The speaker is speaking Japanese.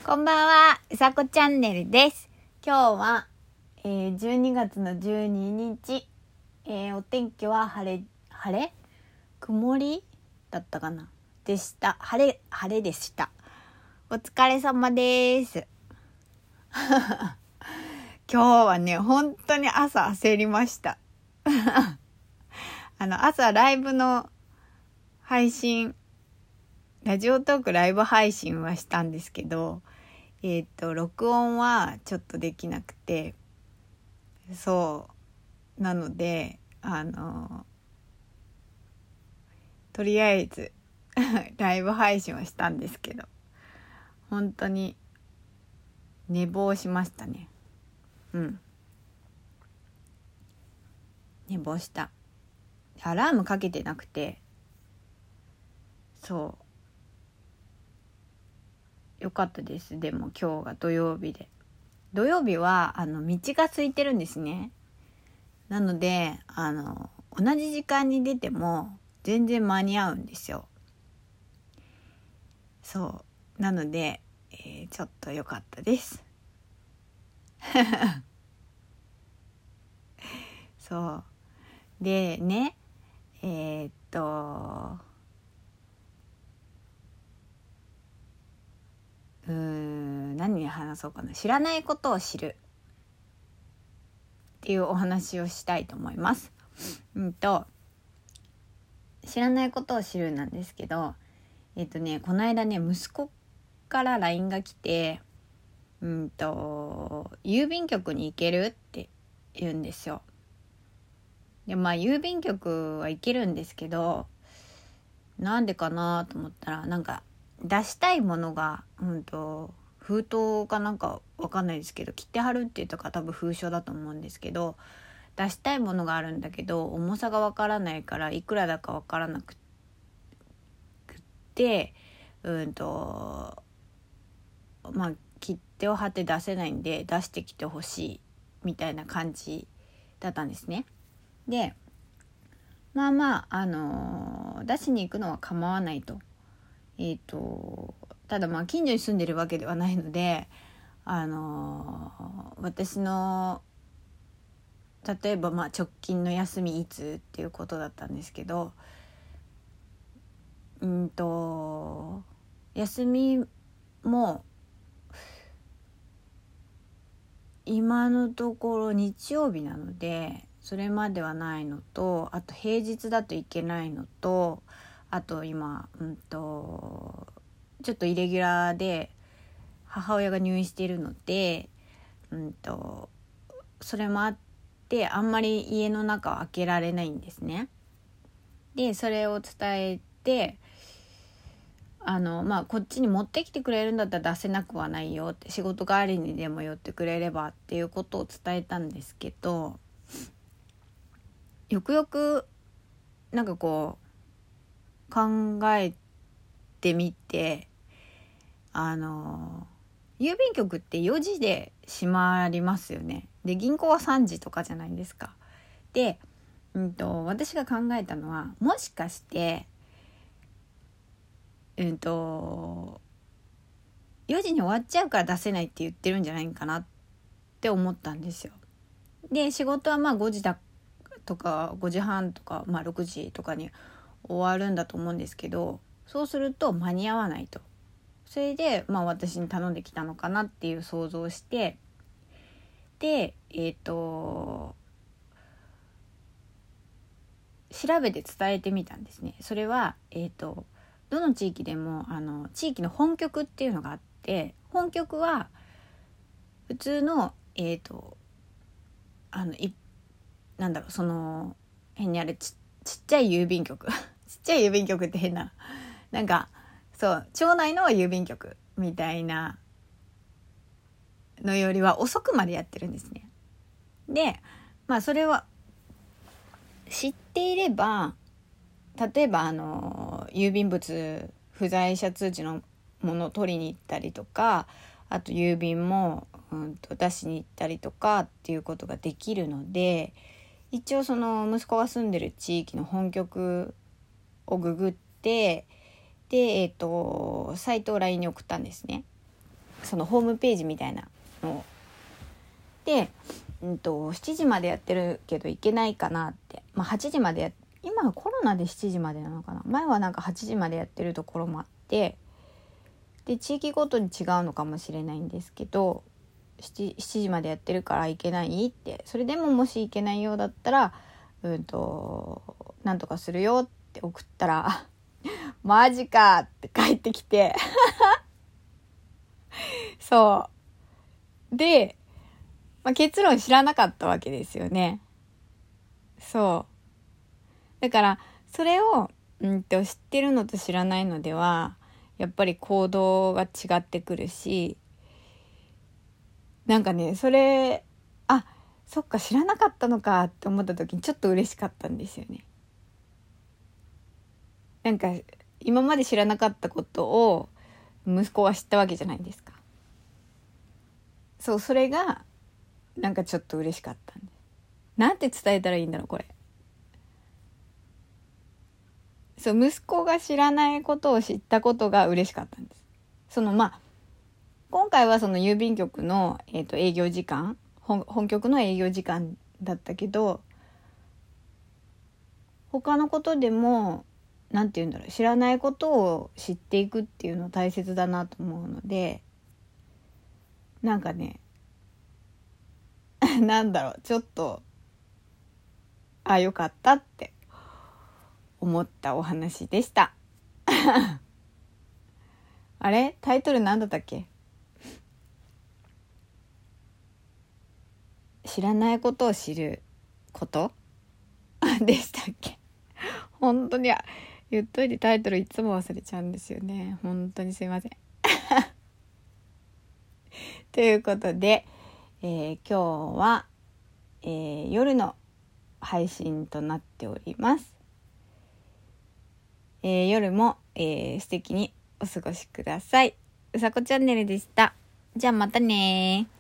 こんばんは、うさこチャンネルです。今日は、12月の12日、お天気は晴れ曇りだったかなでした。晴れでした。お疲れ様です。今日はね、本当に朝焦りました。朝ライブの配信、ラジオトークライブ配信はしたんですけど、録音はちょっとできなくて、そうなのでとりあえずライブ配信はしたんですけど、本当に寝坊しましたね。寝坊した。アラームかけてなくて、よかったです。でも今日が土曜日で、土曜日は道が空いてるんですね。なので同じ時間に出ても全然間に合うんですよ。そうなので、ちょっと良かったです。そうでね、何話そうかな。知らないことを知るっていうお話をしたいと思います。知らないことを知るなんですけど、この間ね、息子から LINE が来て、郵便局に行けるって言うんですよ。で、郵便局は行けるんですけど、なんでかなと思ったら、なんか出したいものが封筒かなんかわかんないですけど、切って貼るって言ったから多分封書だと思うんですけど、出したいものがあるんだけど重さがわからないからいくらだかわからなくて、切手を貼って出せないんで出してきてほしいみたいな感じだったんですね。で、出しに行くのは構わないと。ただ近所に住んでるわけではないので、私の例えば直近の休みいつっていうことだったんですけど、休みも今のところ日曜日なのでそれまではないのと、あと平日だといけないのと、あと今ちょっとイレギュラーで母親が入院しているので、それもあってあんまり家の中を開けられないんですね。でそれを伝えて、こっちに持ってきてくれるんだったら出せなくはないよって、仕事帰りにでも寄ってくれればっていうことを伝えたんですけど、よくよく考えてみて、郵便局って4時で閉まりますよね。で銀行は3時とかじゃないですか。で、私が考えたのは、もしかして4時に終わっちゃうから出せないって言ってるんじゃないかなって思ったんですよ。で仕事は5時だとか5時半とか、6時とかに終わるんだと思うんですけど、そうすると間に合わないと。それで私に頼んできたのかなっていう想像をして、で調べて伝えてみたんですね。それはどの地域でも地域の本局っていうのがあって、本局は普通のその辺にあるちっちゃい郵便局ちっちゃい郵便局って変な、町内の郵便局みたいなのよりは遅くまでやってるんですね。でそれは知っていれば、例えば郵便物不在者通知のものを取りに行ったりとか、あと郵便も出しに行ったりとかっていうことができるので、一応その息子が住んでる地域の本局をググって、でサイトを LINE に送ったんですね。 そのホームページみたいなので、7時までやってるけど行けないかなって、8時まで今はコロナで7時までなのかな、前はなんか8時までやってるところもあって、で地域ごとに違うのかもしれないんですけど、7時までやってるから行けないって、それでももし行けないようだったらなんとかするよって送ったらマジかって帰ってきてそうで、結論知らなかったわけですよね。そうだからそれを知ってるのと知らないのではやっぱり行動が違ってくるし、なんかね、それそっか知らなかったのかって思った時にちょっと嬉しかったんですよね。なんか今まで知らなかったことを息子は知ったわけじゃないですか。それがなんかちょっと嬉しかったんです。なんて伝えたらいいんだろうこれ。息子が知らないことを知ったことが嬉しかったんです。今回はその郵便局の、営業時間、本局の営業時間だったけど、他のことでもなんて言うんだろう、知らないことを知っていくっていうの大切だなと思うので、なんかねなんだろう、ちょっとよかったって思ったお話でしたあれタイトルなんだったっけ、知らないことを知ることでしたっけ。本当に言っといてタイトルいつも忘れちゃうんですよね。本当にすいませんということで、今日は、夜の配信となっております。夜も、素敵にお過ごしください。うさこチャンネルでした。じゃあまたね。